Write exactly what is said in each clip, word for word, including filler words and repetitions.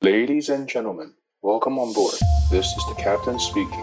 Ladies and gentlemen, welcome on board. This is the captain speaking.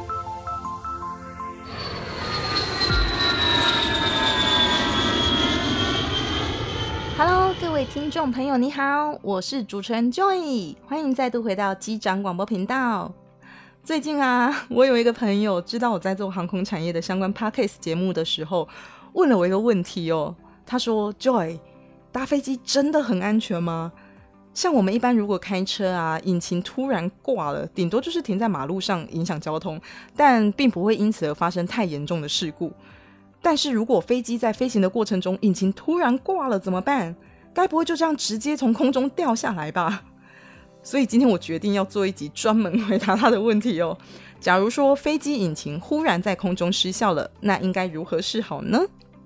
Hello， 各位听众朋友，你好，我是主持人 Joy， 欢迎再度回到机长广播频道。最近啊，我有一个朋友知道我在做航空产业的相关 Podcast 节目的时候，问了我一个问题哦。他说 Joy， 搭飞机真的很安全吗？像我们一般如果开车啊，引擎突然挂了，顶多就是停在马路上影响交通，但并不会因此而发生太严重的事故。但是如果飞机在飞行的过程中引擎突然挂了怎么办？该不会就这样直接从空中掉下来吧？所以今天我决定要做一集专门回答他的问题哦。假如说飞机引擎忽然在空中失效了，那应该如何是好呢？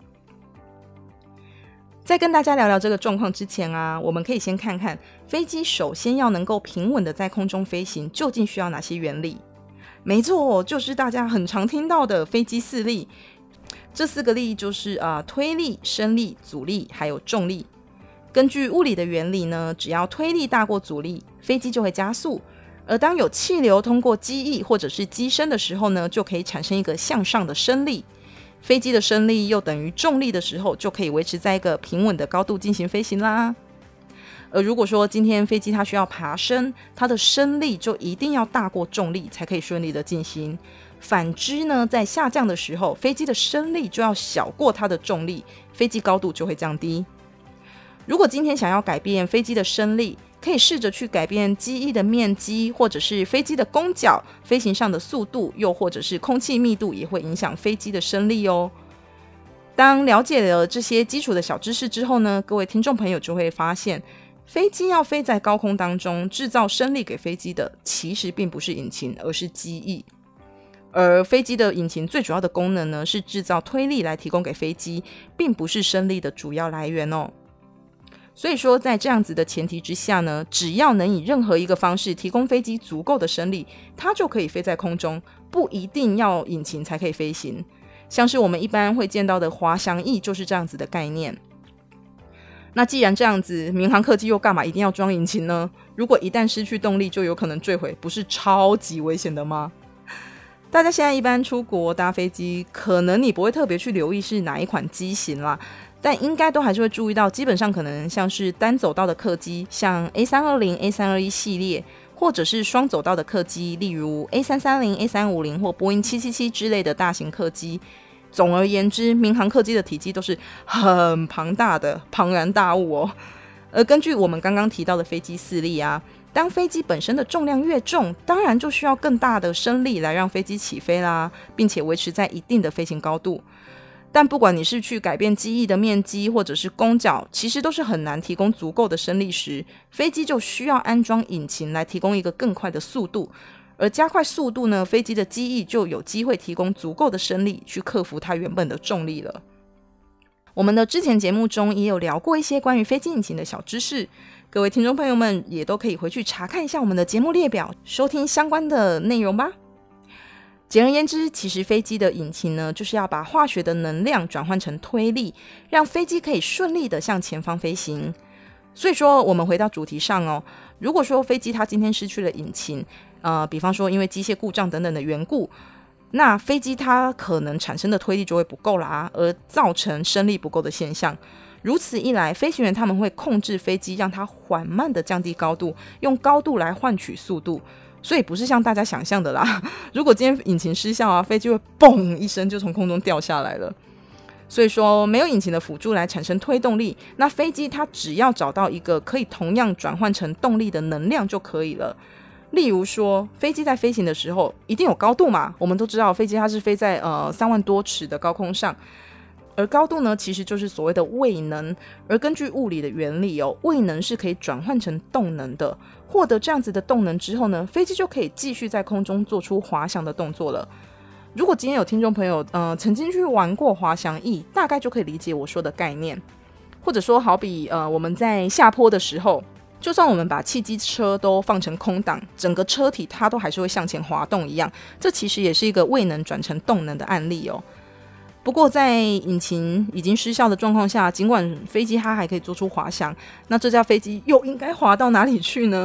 在跟大家聊聊这个状况之前啊，我们可以先看看飞机首先要能够平稳的在空中飞行，究竟需要哪些原理？没错，就是大家很常听到的飞机四力。这四个力就是、呃、推力、升力、阻力还有重力。根据物理的原理呢，只要推力大过阻力，飞机就会加速。而当有气流通过机翼或者是机身的时候呢，就可以产生一个向上的升力。飞机的升力又等于重力的时候，就可以维持在一个平稳的高度进行飞行啦。而如果说今天飞机它需要爬升，它的升力就一定要大过重力才可以顺利的进行。反之呢，在下降的时候，飞机的升力就要小过它的重力，飞机高度就会降低。如果今天想要改变飞机的升力，可以试着去改变机翼的面积，或者是飞机的弓角、飞行上的速度，又或者是空气密度也会影响飞机的升力哦。当了解了这些基础的小知识之后呢，各位听众朋友就会发现，飞机要飞在高空当中，制造升力给飞机的其实并不是引擎，而是机翼。而飞机的引擎最主要的功能呢，是制造推力来提供给飞机，并不是升力的主要来源哦。所以说在这样子的前提之下呢，只要能以任何一个方式提供飞机足够的升力，它就可以飞在空中，不一定要引擎才可以飞行。像是我们一般会见到的滑翔翼就是这样子的概念。那既然这样子，民航客机又干嘛一定要装引擎呢？如果一旦失去动力就有可能坠毁，不是超级危险的吗？大家现在一般出国搭飞机，可能你不会特别去留意是哪一款机型啦，但应该都还是会注意到，基本上可能像是单走道的客机，像 A 三二零、A 三二一 系列，或者是双走道的客机，例如 A 三三零、A 三五零 或波音七七七之类的大型客机。总而言之，民航客机的体积都是很庞大的，庞然大物哦。而根据我们刚刚提到的飞机四力啊，当飞机本身的重量越重，当然就需要更大的升力来让飞机起飞啦，并且维持在一定的飞行高度。但不管你是去改变机翼的面积或者是弓角，其实都是很难提供足够的升力时，飞机就需要安装引擎来提供一个更快的速度。而加快速度呢，飞机的机翼就有机会提供足够的升力去克服它原本的重力了。我们的之前节目中也有聊过一些关于飞机引擎的小知识，各位听众朋友们也都可以回去查看一下我们的节目列表，收听相关的内容吧。简而言之，其实飞机的引擎呢，就是要把化学的能量转换成推力，让飞机可以顺利的向前方飞行。所以说我们回到主题上哦，如果说飞机它今天失去了引擎，呃，比方说因为机械故障等等的缘故，那飞机它可能产生的推力就会不够啦，而造成升力不够的现象。如此一来，飞行员他们会控制飞机，让它缓慢的降低高度，用高度来换取速度。所以不是像大家想象的啦，如果今天引擎失效啊，飞机会嘣一声就从空中掉下来了。所以说没有引擎的辅助来产生推动力，那飞机它只要找到一个可以同样转换成动力的能量就可以了。例如说飞机在飞行的时候一定有高度嘛，我们都知道飞机它是飞在呃三万多尺的高空上，而高度呢其实就是所谓的位能。而根据物理的原理哦，位能是可以转换成动能的，获得这样子的动能之后呢，飞机就可以继续在空中做出滑翔的动作了。如果今天有听众朋友呃曾经去玩过滑翔翼，大概就可以理解我说的概念。或者说好比呃我们在下坡的时候，就算我们把汽机车都放成空档，整个车体它都还是会向前滑动一样，这其实也是一个位能转成动能的案例哦。不过在引擎已经失效的状况下，尽管飞机它还可以做出滑翔，那这架飞机又应该滑到哪里去呢？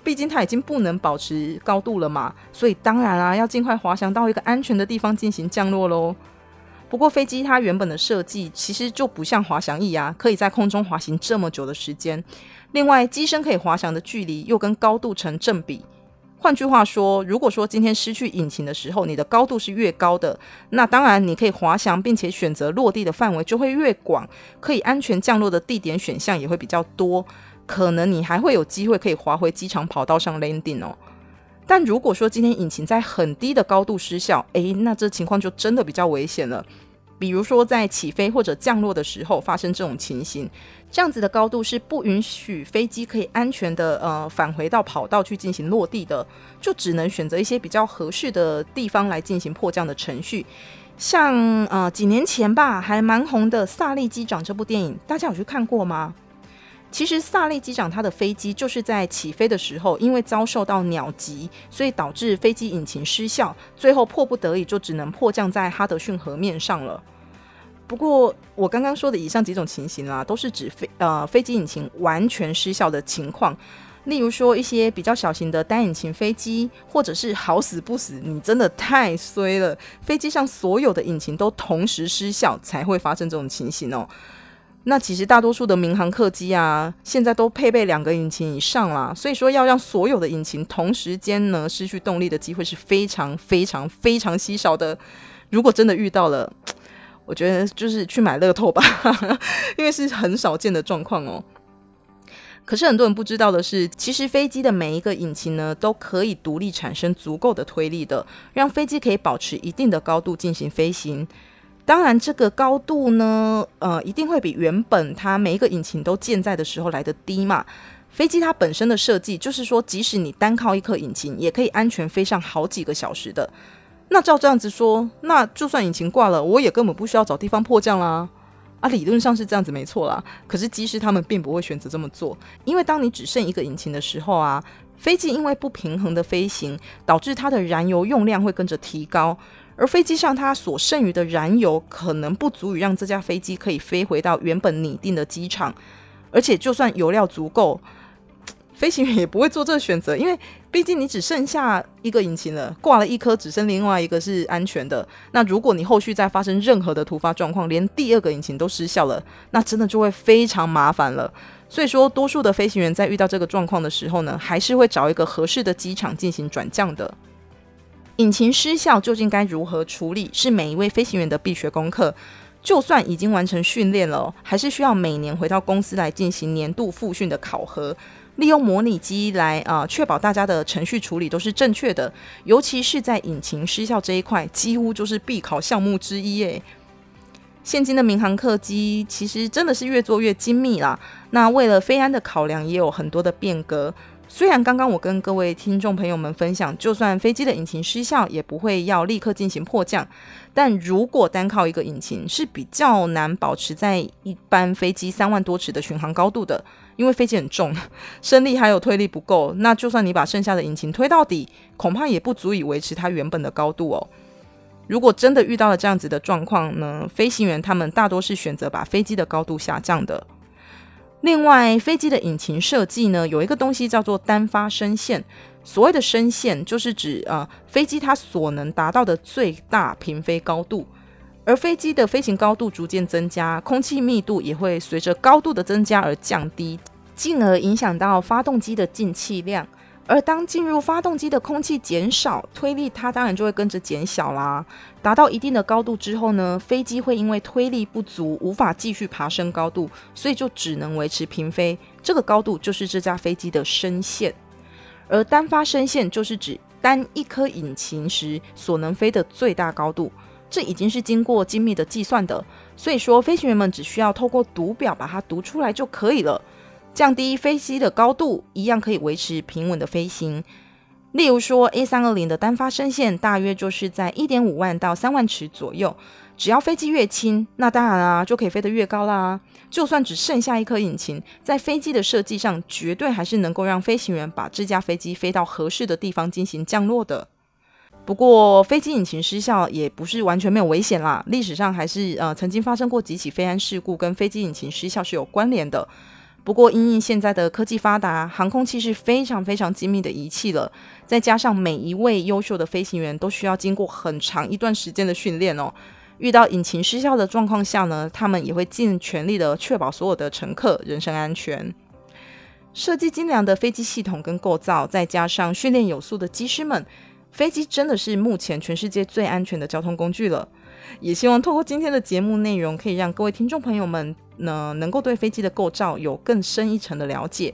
毕竟它已经不能保持高度了嘛，所以当然啊，要尽快滑翔到一个安全的地方进行降落咯。不过飞机它原本的设计其实就不像滑翔翼啊，可以在空中滑行这么久的时间。另外，机身可以滑翔的距离又跟高度成正比。换句话说，如果说今天失去引擎的时候，你的高度是越高的，那当然你可以滑翔并且选择落地的范围就会越广，可以安全降落的地点选项也会比较多，可能你还会有机会可以滑回机场跑道上 landing 哦。但如果说今天引擎在很低的高度失效，诶，那这情况就真的比较危险了。比如说在起飞或者降落的时候发生这种情形，这样子的高度是不允许飞机可以安全的呃返回到跑道去进行落地的，就只能选择一些比较合适的地方来进行迫降的程序。像呃几年前吧，还蛮红的《萨利机长》这部电影，大家有去看过吗？其实萨利机长他的飞机就是在起飞的时候，因为遭受到鸟击，所以导致飞机引擎失效，最后迫不得已就只能迫降在哈德逊河面上了。不过我刚刚说的以上几种情形啦，都是指飞呃飞机引擎完全失效的情况。例如说一些比较小型的单引擎飞机，或者是好死不死你真的太衰了，飞机上所有的引擎都同时失效，才会发生这种情形哦。那其实大多数的民航客机啊，现在都配备两个引擎以上啦，所以说要让所有的引擎同时间呢失去动力的机会是非常非常非常稀少的。如果真的遇到了，我觉得就是去买乐透吧因为是很少见的状况哦。可是很多人不知道的是，其实飞机的每一个引擎呢，都可以独立产生足够的推力的，让飞机可以保持一定的高度进行飞行。当然这个高度呢呃，一定会比原本它每一个引擎都健在的时候来得低嘛。飞机它本身的设计就是说，即使你单靠一颗引擎也可以安全飞上好几个小时的。那照这样子说，那就算引擎挂了，我也根本不需要找地方迫降啦。啊，理论上是这样子没错啦，可是机师他们并不会选择这么做，因为当你只剩一个引擎的时候啊，飞机因为不平衡的飞行，导致它的燃油用量会跟着提高，而飞机上它所剩余的燃油可能不足以让这架飞机可以飞回到原本拟定的机场，而且就算油料足够，飞行员也不会做这个选择，因为毕竟你只剩下一个引擎了，挂了一颗，只剩另外一个是安全的。那如果你后续再发生任何的突发状况，连第二个引擎都失效了，那真的就会非常麻烦了。所以说多数的飞行员在遇到这个状况的时候呢，还是会找一个合适的机场进行转降的。引擎失效究竟该如何处理，是每一位飞行员的必学功课。就算已经完成训练了，还是需要每年回到公司来进行年度复训的考核，利用模拟机来呃确保大家的程序处理都是正确的，尤其是在引擎失效这一块，几乎就是必考项目之一耶。现今的民航客机其实真的是越做越精密啦，那为了飞安的考量也有很多的变革。虽然刚刚我跟各位听众朋友们分享，就算飞机的引擎失效也不会要立刻进行迫降，但如果单靠一个引擎是比较难保持在一般飞机三万多尺的巡航高度的，因为飞机很重，升力还有推力不够，那就算你把剩下的引擎推到底，恐怕也不足以维持它原本的高度哦。如果真的遇到了这样子的状况呢，飞行员他们大多是选择把飞机的高度下降的。另外，飞机的引擎设计呢，有一个东西叫做单发升限。所谓的升限就是指呃飞机它所能达到的最大平飞高度，而飞机的飞行高度逐渐增加，空气密度也会随着高度的增加而降低，进而影响到发动机的进气量。而当进入发动机的空气减少，推力它当然就会跟着减小啦。达到一定的高度之后呢，飞机会因为推力不足，无法继续爬升高度，所以就只能维持平飞。这个高度就是这架飞机的升限。而单发升限就是指单一颗引擎时所能飞的最大高度，这已经是经过精密的计算的，所以说飞行员们只需要透过读表把它读出来就可以了。降低飞机的高度，一样可以维持平稳的飞行。例如说 A 三二零 的单发升限大约就是在 一点五万到三万尺左右，只要飞机越轻，那当然啊就可以飞得越高啦。就算只剩下一颗引擎，在飞机的设计上绝对还是能够让飞行员把这架飞机飞到合适的地方进行降落的。不过飞机引擎失效也不是完全没有危险啦，历史上还是呃曾经发生过几起飞安事故跟飞机引擎失效是有关联的。 不过因应现在的科技发达，航空器是非常非常精密的仪器了，再加上每一位优秀的飞行员都需要经过很长一段时间的训练哦。遇到引擎失效的状况下呢，他们也会尽全力的确保所有的乘客人身安全。设计精良的飞机系统跟构造，再加上训练有素的机师们，飞机真的是目前全世界最安全的交通工具了。也希望透过今天的节目内容，可以让各位听众朋友们呢，能够对飞机的构造有更深一层的了解。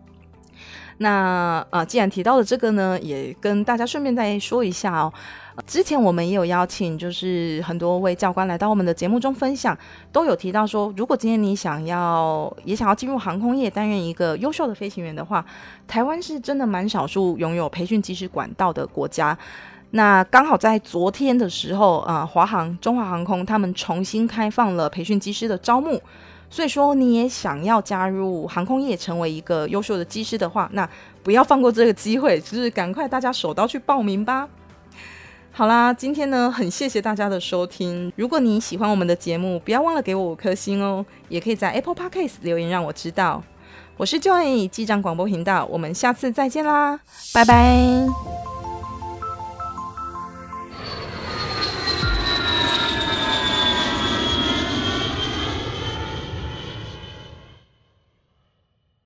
那呃，既然提到了这个呢，也跟大家顺便再说一下哦。之前我们也有邀请，就是很多位教官来到我们的节目中分享，都有提到说，如果今天你想要也想要进入航空业，担任一个优秀的飞行员的话，台湾是真的蛮少数拥有培训机师管道的国家。那刚好在昨天的时候，呃，华航、中华航空他们重新开放了培训机师的招募。所以说你也想要加入航空业成为一个优秀的机师的话，那不要放过这个机会，就是赶快大家手刀去报名吧。好啦，今天呢很谢谢大家的收听，如果你喜欢我们的节目，不要忘了给我五颗星哦，也可以在 Apple Podcast 留言让我知道。我是 Joy 机长广播频道，我们下次再见啦，拜拜。